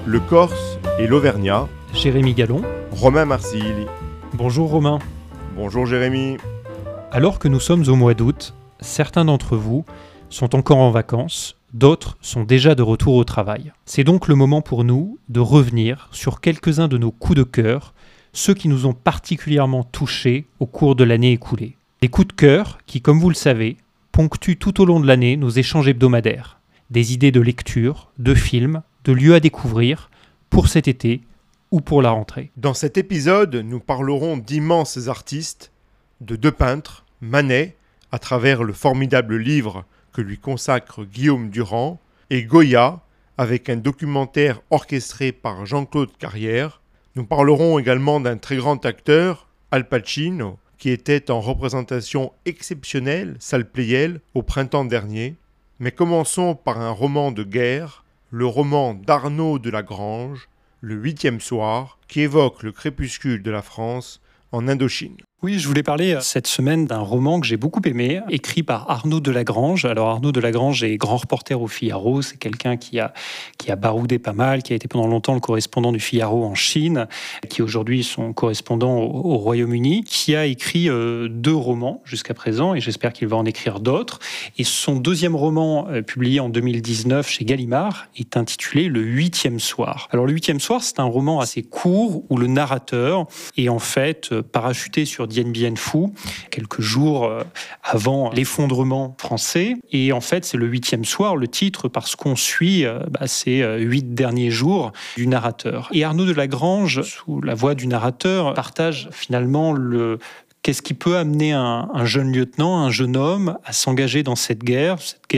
le Corse et l'Auvergnat. Jérémy Gallon. Romain Marsilli. Bonjour Romain. Bonjour Jérémy. Alors que nous sommes au mois d'août, certains d'entre vous sont encore en vacances, d'autres sont déjà de retour au travail. C'est donc le moment pour nous de revenir sur quelques-uns de nos coups de cœur, ceux qui nous ont particulièrement touchés au cours de l'année écoulée. Des coups de cœur qui, comme vous le savez, ponctuent tout au long de l'année nos échanges hebdomadaires. Des idées de lecture, de films, de lieux à découvrir pour cet été ou pour la rentrée. Dans cet épisode, nous parlerons d'immenses artistes, de deux peintres, Manet, à travers le formidable livre que lui consacre Guillaume Durand, et Goya, avec un documentaire orchestré par Jean-Claude Carrière. Nous parlerons également d'un très grand acteur, Al Pacino, qui était en représentation exceptionnelle, salle Pleyel, au printemps dernier. Mais commençons par un roman de guerre, le roman d'Arnaud de la Grange, Le 8e soir, qui évoque le crépuscule de la France en Indochine. Oui, je voulais parler cette semaine d'un roman que j'ai beaucoup aimé, écrit par Arnaud de la Grange. Alors Arnaud de la Grange est grand reporter au Figaro, c'est quelqu'un qui a baroudé pas mal, qui a été pendant longtemps le correspondant du Figaro en Chine, qui est aujourd'hui son correspondant au Royaume-Uni, qui a écrit 2 romans jusqu'à présent, et j'espère qu'il va en écrire d'autres. Et son deuxième roman, publié en 2019 chez Gallimard, est intitulé Le 8e soir. Alors Le 8e soir, c'est un roman assez court où le narrateur est en fait parachuté sur Dien Bien Phu, quelques jours avant l'effondrement français. Et en fait, c'est le 8e soir, le titre, parce qu'on suit ces 8 derniers jours du narrateur. Et Arnaud de la Grange, sous la voix du narrateur, partage finalement qu'est-ce qui peut amener un jeune lieutenant, un jeune homme, à s'engager dans cette guerre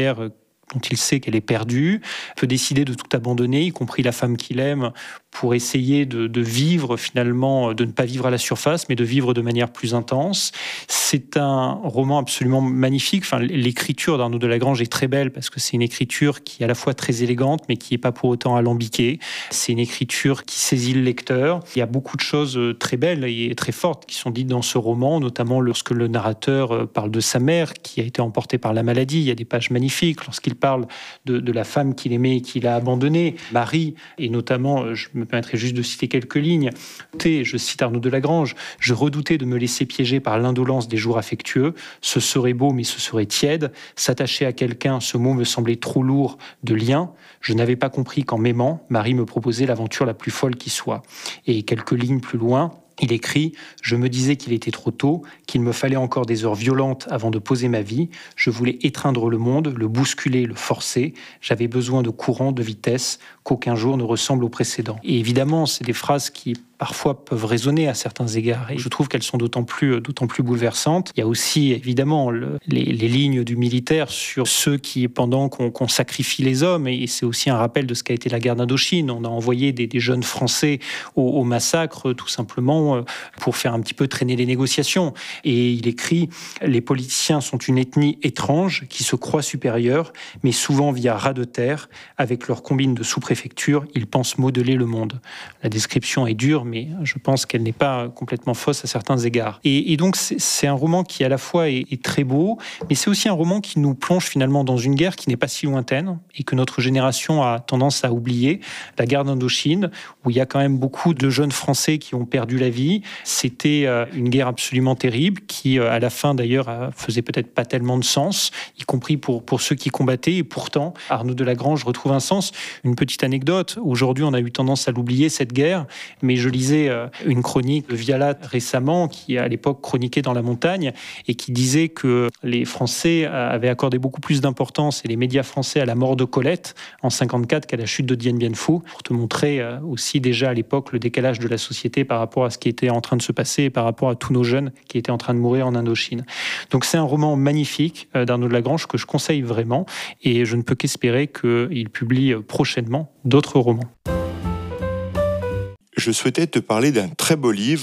dont il sait qu'elle est perdue, peut décider de tout abandonner, y compris la femme qu'il aime, pour essayer de vivre finalement, de ne pas vivre à la surface, mais de vivre de manière plus intense. C'est un roman absolument magnifique. Enfin, l'écriture d'Arnaud de la Grange est très belle parce que c'est une écriture qui est à la fois très élégante, mais qui n'est pas pour autant alambiquée. C'est une écriture qui saisit le lecteur. Il y a beaucoup de choses très belles et très fortes qui sont dites dans ce roman, notamment lorsque le narrateur parle de sa mère qui a été emportée par la maladie. Il y a des pages magnifiques lorsqu'il parle de la femme qu'il aimait et qu'il a abandonnée, Marie, et notamment, je me permettrai juste de citer quelques lignes. Je cite Arnaud de la Grange, « Je redoutais de me laisser piéger par l'indolence des jours affectueux. Ce serait beau, mais ce serait tiède. S'attacher à quelqu'un, ce mot me semblait trop lourd de lien. Je n'avais pas compris qu'en m'aimant, Marie me proposait l'aventure la plus folle qui soit. » Et quelques lignes plus loin, il écrit « Je me disais qu'il était trop tôt, qu'il me fallait encore des heures violentes avant de poser ma vie. Je voulais étreindre le monde, le bousculer, le forcer. J'avais besoin de courant, de vitesse, qu'aucun jour ne ressemble au précédent. » Et évidemment, c'est des phrases qui parfois peuvent résonner à certains égards. Et je trouve qu'elles sont d'autant plus bouleversantes. Il y a aussi, évidemment, les lignes du militaire sur ceux qui, pendant qu'on sacrifie les hommes, et c'est aussi un rappel de ce qu'a été la guerre d'Indochine, on a envoyé des jeunes Français au massacre, tout simplement, pour faire un petit peu traîner les négociations. Et il écrit « Les politiciens sont une ethnie étrange qui se croit supérieure, mais souvent via ras de terre, avec leur combine de sous-préfecture, ils pensent modeler le monde. » La description est dure, mais je pense qu'elle n'est pas complètement fausse à certains égards. Et donc, c'est un roman qui, à la fois, est très beau, mais c'est aussi un roman qui nous plonge finalement dans une guerre qui n'est pas si lointaine et que notre génération a tendance à oublier, la guerre d'Indochine, où il y a quand même beaucoup de jeunes Français qui ont perdu la vie. C'était une guerre absolument terrible qui, à la fin d'ailleurs, faisait peut-être pas tellement de sens, y compris pour ceux qui combattaient. Et pourtant, Arnaud de la Grange retrouve un sens. Une petite anecdote, aujourd'hui, on a eu tendance à l'oublier, cette guerre, mais je lisais une chronique de Vialat récemment, qui à l'époque chroniquait dans la montagne, et qui disait que les Français avaient accordé beaucoup plus d'importance, et les médias français, à la mort de Colette en 1954 qu'à la chute de Dien Bien Phu, pour te montrer aussi déjà à l'époque le décalage de la société par rapport à ce qui était en train de se passer et par rapport à tous nos jeunes qui étaient en train de mourir en Indochine. Donc c'est un roman magnifique d'Arnaud de la Grange que je conseille vraiment, et je ne peux qu'espérer qu'il publie prochainement d'autres romans. Je souhaitais te parler d'un très beau livre,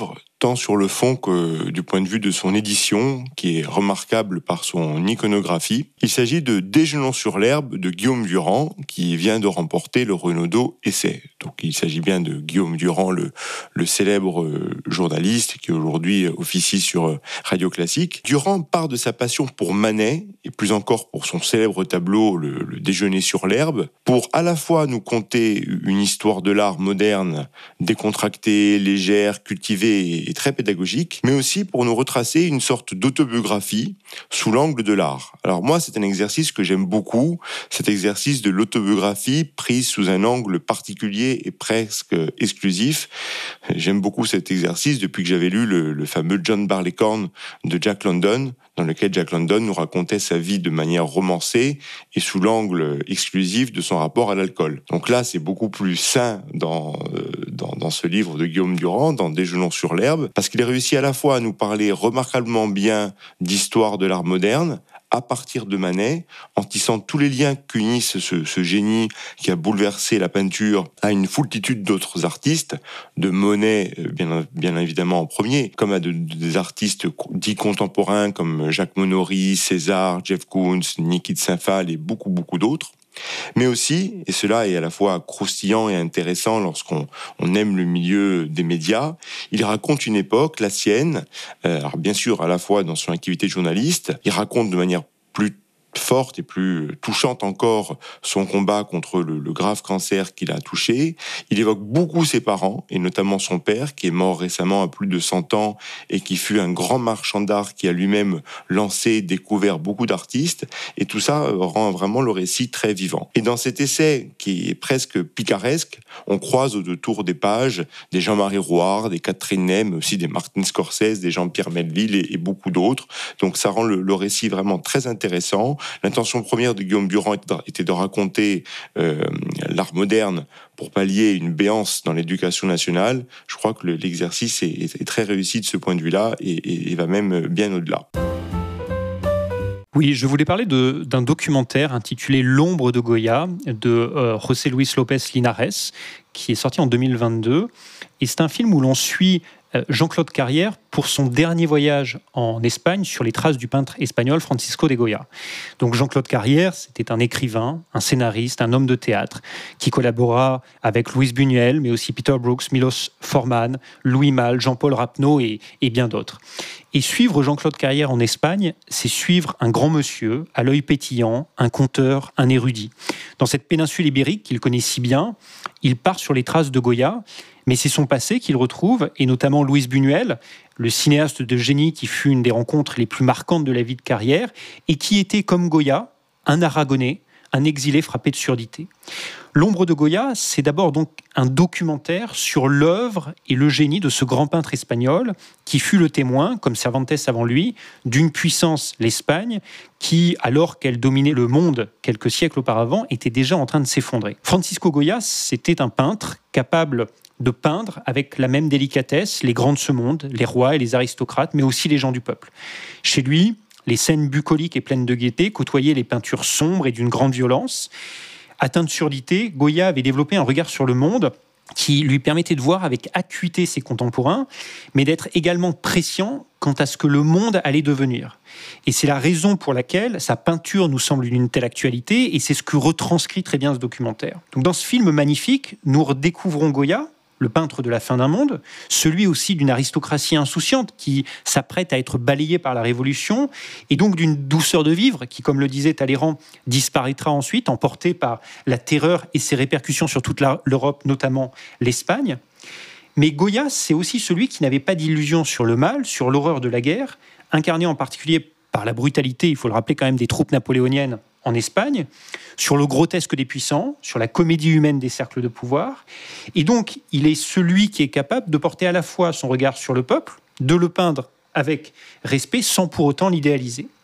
tant sur le fond que du point de vue de son édition, qui est remarquable par son iconographie. Il s'agit de Déjeunons sur l'herbe de Guillaume Durand, qui vient de remporter le Renaudot Essai. Donc il s'agit bien de Guillaume Durand, le célèbre journaliste qui aujourd'hui officie sur Radio Classique. Durand part de sa passion pour Manet, et plus encore pour son célèbre tableau le Déjeuner sur l'herbe, pour à la fois nous conter une histoire de l'art moderne, décontractée, légère, cultivée et très pédagogique, mais aussi pour nous retracer une sorte d'autobiographie sous l'angle de l'art. Alors moi, c'est un exercice que j'aime beaucoup, cet exercice de l'autobiographie prise sous un angle particulier et presque exclusif. J'aime beaucoup cet exercice depuis que j'avais lu le fameux John Barleycorn de Jack London, dans lequel Jack London nous racontait sa vie de manière romancée et sous l'angle exclusif de son rapport à l'alcool. Donc là, c'est beaucoup plus sain dans ce livre de Guillaume Durand, dans Déjeunons sur l'herbe, parce qu'il a réussi à la fois à nous parler remarquablement bien d'histoire de l'art moderne, à partir de Manet, en tissant tous les liens qu'unissent ce génie qui a bouleversé la peinture à une foultitude d'autres artistes, de Monet bien évidemment en premier, comme à des artistes dits contemporains comme Jacques Monory, César, Jeff Koons, Niki de Saint-Phal et beaucoup d'autres. Mais aussi, et cela est à la fois croustillant et intéressant lorsqu'on aime le milieu des médias, il raconte une époque, la sienne, alors bien sûr à la fois dans son activité de journaliste, il raconte de manière plus forte et plus touchante encore son combat contre le grave cancer qu'il a touché. Il évoque beaucoup ses parents, et notamment son père, qui est mort récemment à plus de 100 ans, et qui fut un grand marchand d'art qui a lui-même lancé, découvert beaucoup d'artistes, et tout ça rend vraiment le récit très vivant. Et dans cet essai, qui est presque picaresque, on croise autour des pages des Jean-Marie Rouard, des Catherine Ney, mais aussi des Martin Scorsese, des Jean-Pierre Melville et beaucoup d'autres. Donc ça rend le récit vraiment très intéressant. L'intention première de Guillaume Durand était de raconter l'art moderne pour pallier une béance dans l'éducation nationale. Je crois que l'exercice est très réussi de ce point de vue-là et va même bien au-delà. Oui, je voulais parler d'un documentaire intitulé L'ombre de Goya de José Luis López Linares, qui est sorti en 2022. Et c'est un film où l'on suit Jean-Claude Carrière pour son dernier voyage en Espagne sur les traces du peintre espagnol Francisco de Goya. Donc Jean-Claude Carrière, c'était un écrivain, un scénariste, un homme de théâtre qui collabora avec Luis Buñuel, mais aussi Peter Brooks, Milos Forman, Louis Malle, Jean-Paul Rapneau et bien d'autres. Et suivre Jean-Claude Carrière en Espagne, c'est suivre un grand monsieur, à l'œil pétillant, un conteur, un érudit. Dans cette péninsule ibérique qu'il connaît si bien, il part sur les traces de Goya, mais c'est son passé qu'il retrouve, et notamment Luis Buñuel, le cinéaste de génie qui fut une des rencontres les plus marquantes de la vie de Carrière, et qui était, comme Goya, un Aragonais, un exilé frappé de surdité. L'ombre de Goya, c'est d'abord donc un documentaire sur l'œuvre et le génie de ce grand peintre espagnol qui fut le témoin, comme Cervantes avant lui, d'une puissance, l'Espagne, qui, alors qu'elle dominait le monde quelques siècles auparavant, était déjà en train de s'effondrer. Francisco Goya, c'était un peintre capable de peindre avec la même délicatesse les grands de ce monde, les rois et les aristocrates, mais aussi les gens du peuple. Chez lui, les scènes bucoliques et pleines de gaieté côtoyaient les peintures sombres et d'une grande violence. Atteint de surdité, Goya avait développé un regard sur le monde qui lui permettait de voir avec acuité ses contemporains, mais d'être également prescient quant à ce que le monde allait devenir. Et c'est la raison pour laquelle sa peinture nous semble d'une telle actualité, et c'est ce que retranscrit très bien ce documentaire. Donc dans ce film magnifique, nous redécouvrons Goya, le peintre de la fin d'un monde, celui aussi d'une aristocratie insouciante qui s'apprête à être balayée par la Révolution, et donc d'une douceur de vivre qui, comme le disait Talleyrand, disparaîtra ensuite, emportée par la terreur et ses répercussions sur toute l'Europe, notamment l'Espagne. Mais Goya, c'est aussi celui qui n'avait pas d'illusion sur le mal, sur l'horreur de la guerre, incarné en particulier par la brutalité, il faut le rappeler quand même, des troupes napoléoniennes en Espagne, sur le grotesque des puissants, sur la comédie humaine des cercles de pouvoir. Et donc, il est celui qui est capable de porter à la fois son regard sur le peuple, de le peindre avec respect, sans pour autant l'idéaliser.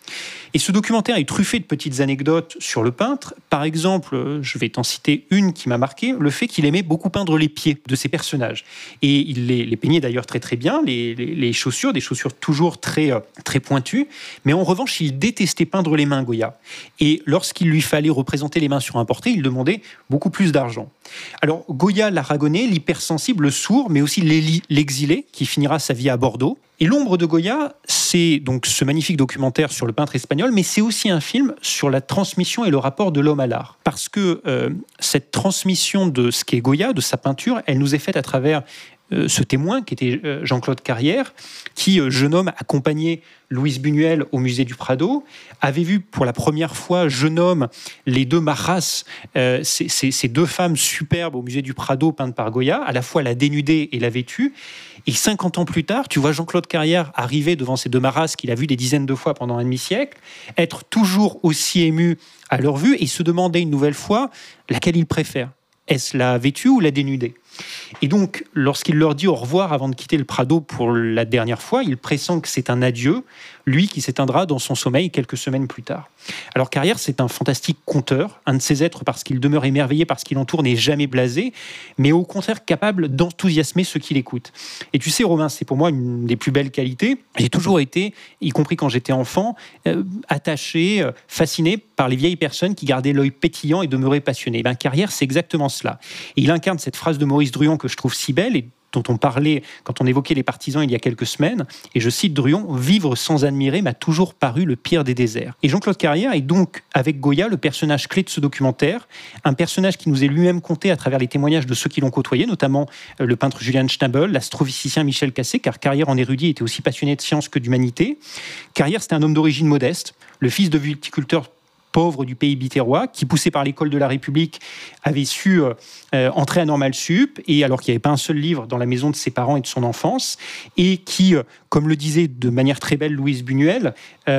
Et ce documentaire est truffé de petites anecdotes sur le peintre. Par exemple, je vais t'en citer une qui m'a marqué, le fait qu'il aimait beaucoup peindre les pieds de ses personnages. Et il les peignait d'ailleurs très très bien, les chaussures, des chaussures toujours très, très pointues. Mais en revanche, il détestait peindre les mains, Goya. Et lorsqu'il lui fallait représenter les mains sur un portrait, il demandait beaucoup plus d'argent. Alors, Goya, l'Aragonais, l'hypersensible, le sourd, mais aussi l'exilé, qui finira sa vie à Bordeaux. Et L'ombre de Goya, c'est donc ce magnifique documentaire sur le peintre espagnol, mais c'est aussi un film sur la transmission et le rapport de l'homme à l'art. Parce que cette transmission de ce qu'est Goya, de sa peinture, elle nous est faite à travers ce témoin qui était Jean-Claude Carrière, qui, jeune homme, accompagnait Louise Buñuel au musée du Prado, avait vu pour la première fois, jeune homme, les deux Maras, ces deux femmes superbes au musée du Prado peintes par Goya, à la fois la dénudée et la vêtue. Et 50 ans plus tard, tu vois Jean-Claude Carrière arriver devant ces deux Maras qu'il a vues des dizaines de fois pendant un demi-siècle, être toujours aussi ému à leur vue et se demander une nouvelle fois laquelle il préfère. Est-ce la vêtue ou la dénudée ? Et donc, lorsqu'il leur dit au revoir avant de quitter le Prado pour la dernière fois, il pressent que c'est un adieu, lui qui s'éteindra dans son sommeil quelques semaines plus tard. Alors Carrière, c'est un fantastique conteur, un de ces êtres parce qu'il demeure émerveillé par ce qui l'entoure, n'est jamais blasé, mais au contraire capable d'enthousiasmer ceux qui l'écoutent. Et tu sais, Romain, c'est pour moi une des plus belles qualités. J'ai toujours été, y compris quand j'étais enfant, attaché, fasciné par les vieilles personnes qui gardaient l'œil pétillant et demeuraient passionnées. Carrière, c'est exactement cela. Et il incarne cette phrase de Maurice Druon que je trouve si belle et dont on parlait quand on évoquait les partisans il y a quelques semaines, et je cite Druon, « Vivre sans admirer m'a toujours paru le pire des déserts ». Et Jean-Claude Carrière est donc, avec Goya, le personnage clé de ce documentaire, un personnage qui nous est lui-même conté à travers les témoignages de ceux qui l'ont côtoyé, notamment le peintre Julian Schnabel, l'astrophysicien Michel Cassé, car Carrière en érudit était aussi passionné de sciences que d'humanité. Carrière, c'était un homme d'origine modeste, le fils de viticulteurs pauvre du pays biterrois, qui, poussé par l'école de la République, avait su entrer à Normal Sup, et alors qu'il n'y avait pas un seul livre dans la maison de ses parents et de son enfance, et qui, comme le disait de manière très belle Louise Buñuel,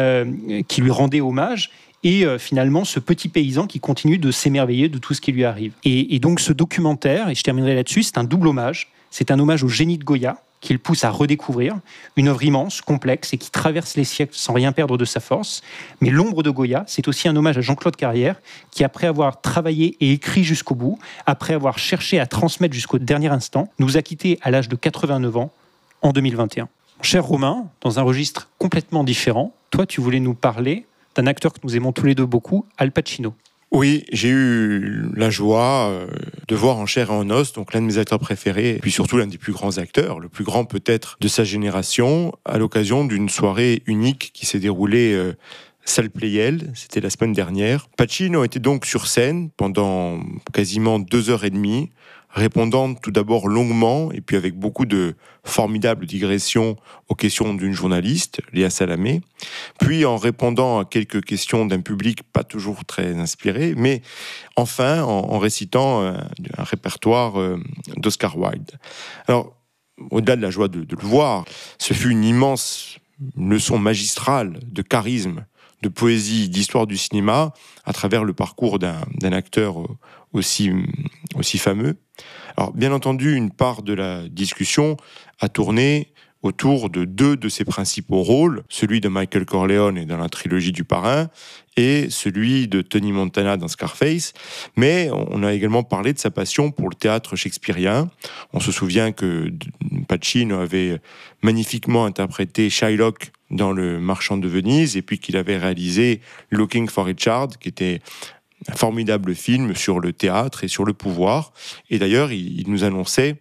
qui lui rendait hommage, et finalement ce petit paysan qui continue de s'émerveiller de tout ce qui lui arrive. Et donc ce documentaire, et je terminerai là-dessus, c'est un double hommage. C'est un hommage au génie de Goya, qu'il pousse à redécouvrir, une œuvre immense, complexe et qui traverse les siècles sans rien perdre de sa force. Mais L'ombre de Goya, c'est aussi un hommage à Jean-Claude Carrière, qui après avoir travaillé et écrit jusqu'au bout, après avoir cherché à transmettre jusqu'au dernier instant, nous a quittés à l'âge de 89 ans en 2021. Cher Romain, dans un registre complètement différent, toi tu voulais nous parler d'un acteur que nous aimons tous les deux beaucoup, Al Pacino. Oui, j'ai eu la joie de voir en chair et en os donc l'un de mes acteurs préférés, et puis surtout l'un des plus grands acteurs, le plus grand peut-être de sa génération, à l'occasion d'une soirée unique qui s'est déroulée salle Pleyel, c'était la semaine dernière. Pacino était donc sur scène pendant quasiment 2h30, répondant tout d'abord longuement et puis avec beaucoup de formidables digressions aux questions d'une journaliste, Léa Salamé, puis en répondant à quelques questions d'un public pas toujours très inspiré, mais enfin en récitant un répertoire d'Oscar Wilde. Alors, au-delà de la joie de le voir, ce fut une immense leçon magistrale de charisme, de poésie, d'histoire du cinéma, à travers le parcours d'un acteur aussi fameux. Alors, bien entendu, une part de la discussion a tourné autour de deux de ses principaux rôles, celui de Michael Corleone dans la trilogie du Parrain et celui de Tony Montana dans Scarface, mais on a également parlé de sa passion pour le théâtre shakespearien. On se souvient que Pacino avait magnifiquement interprété Shylock dans Le Marchand de Venise, et puis qu'il avait réalisé Looking for Richard, qui était un formidable film sur le théâtre et sur le pouvoir. Et d'ailleurs, il nous annonçait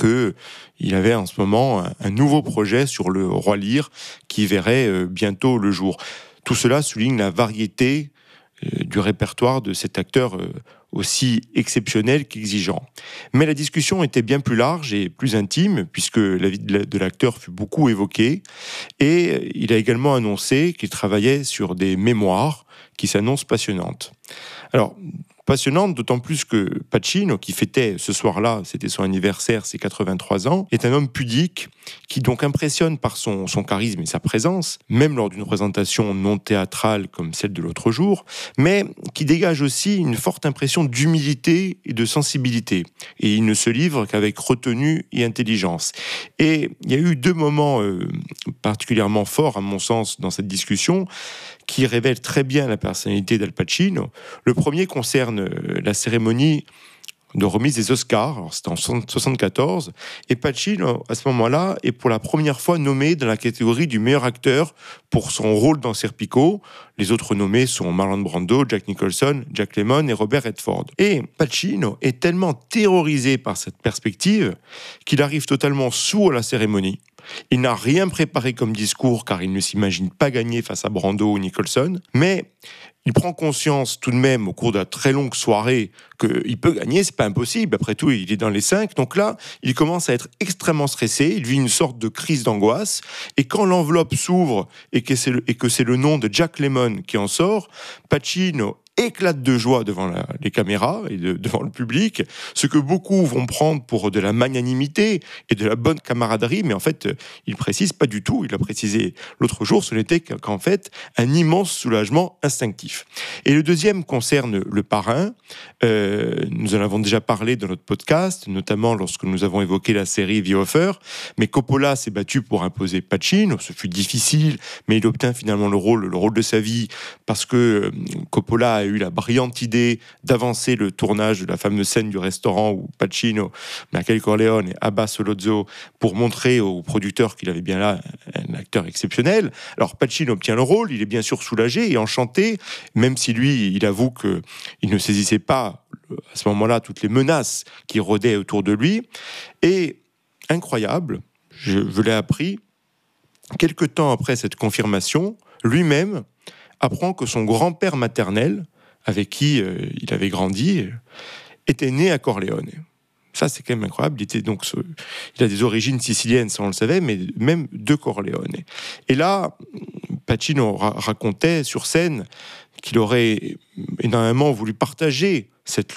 qu'il avait en ce moment un nouveau projet sur le Roi Lear qui verrait bientôt le jour. Tout cela souligne la variété du répertoire de cet acteur aussi exceptionnel qu'exigeant. Mais la discussion était bien plus large et plus intime, puisque la vie de l'acteur fut beaucoup évoquée, et il a également annoncé qu'il travaillait sur des mémoires qui s'annoncent passionnantes. Alors, passionnante, d'autant plus que Pacino, qui fêtait ce soir-là, c'était son anniversaire, ses 83 ans, est un homme pudique qui donc impressionne par son charisme et sa présence, même lors d'une représentation non théâtrale comme celle de l'autre jour, mais qui dégage aussi une forte impression d'humilité et de sensibilité. Et il ne se livre qu'avec retenue et intelligence. Et il y a eu deux moments particulièrement forts, à mon sens, dans cette discussion, qui révèlent très bien la personnalité d'Al Pacino. Le premier concerne la cérémonie de remise des Oscars, alors c'était en 1974, et Pacino, à ce moment-là, est pour la première fois nommé dans la catégorie du meilleur acteur pour son rôle dans Serpico. Les autres nommés sont Marlon Brando, Jack Nicholson, Jack Lemmon et Robert Redford. Et Pacino est tellement terrorisé par cette perspective qu'il arrive totalement sourd à la cérémonie. Il n'a rien préparé comme discours car il ne s'imagine pas gagner face à Brando ou Nicholson, mais il prend conscience tout de même au cours de la très longue soirée qu'il peut gagner, c'est pas impossible, après tout il est dans les 5, donc là il commence à être extrêmement stressé, il vit une sorte de crise d'angoisse, et quand l'enveloppe s'ouvre et que c'est le nom de Jack Lemmon qui en sort, Pacino éclate de joie devant les caméras et devant le public, ce que beaucoup vont prendre pour de la magnanimité et de la bonne camaraderie, mais en fait, il précise pas du tout, il a précisé l'autre jour, ce n'était qu'en fait un immense soulagement instinctif. Et le deuxième concerne le parrain, nous en avons déjà parlé dans notre podcast, notamment lorsque nous avons évoqué la série The Offer, mais Coppola s'est battu pour imposer Pacino, ce fut difficile, mais il obtint finalement le rôle de sa vie, parce que Coppola a eu la brillante idée d'avancer le tournage de la fameuse scène du restaurant où Pacino, Michael Corleone et Abba Sollozzo pour montrer aux producteurs qu'il avait bien là un acteur exceptionnel. Alors Pacino obtient le rôle, il est bien sûr soulagé et enchanté, même si lui, il avoue qu'il ne saisissait pas à ce moment-là toutes les menaces qui rôdaient autour de lui. Et incroyable, je l'ai appris, quelque temps après cette confirmation, lui-même apprend que son grand-père maternel, avec qui il avait grandi, était né à Corleone. Ça, c'est quand même incroyable. Il a des origines siciliennes, ça on le savait, mais même de Corleone. Et là, Pacino racontait sur scène qu'il aurait énormément voulu partager cette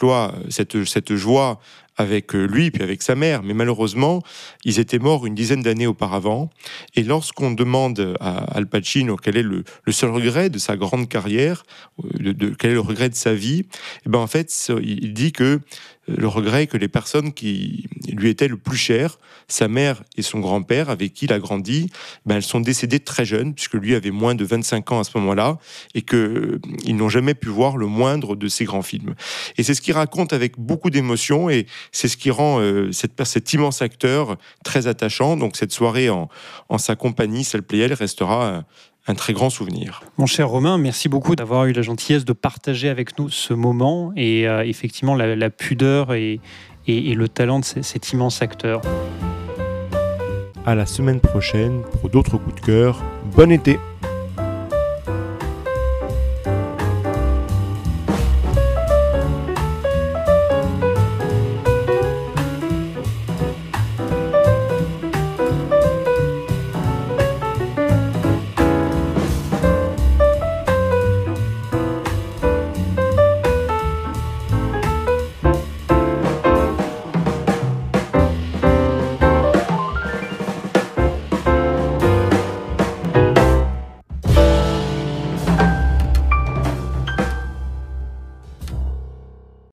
joie avec lui puis avec sa mère, mais malheureusement, ils étaient morts une dizaine d'années auparavant. Et lorsqu'on demande à Al Pacino quel est le seul regret de sa grande carrière, quel est le regret de sa vie, et ben en fait, il dit que le regret est que les personnes qui lui étaient le plus chères, sa mère et son grand-père, avec qui il a grandi, elles sont décédées très jeunes, puisque lui avait moins de 25 ans à ce moment-là, et qu'ils n'ont jamais pu voir le moindre de ses grands films. Et c'est ce qu'il raconte avec beaucoup d'émotion, et c'est ce qui rend cet immense acteur très attachant. Donc cette soirée en sa compagnie, Sal Pleyel, restera un très grand souvenir. Mon cher Romain, merci beaucoup d'avoir eu la gentillesse de partager avec nous ce moment et effectivement la pudeur et le talent de cet immense acteur. À la semaine prochaine pour d'autres coups de cœur. Bon été!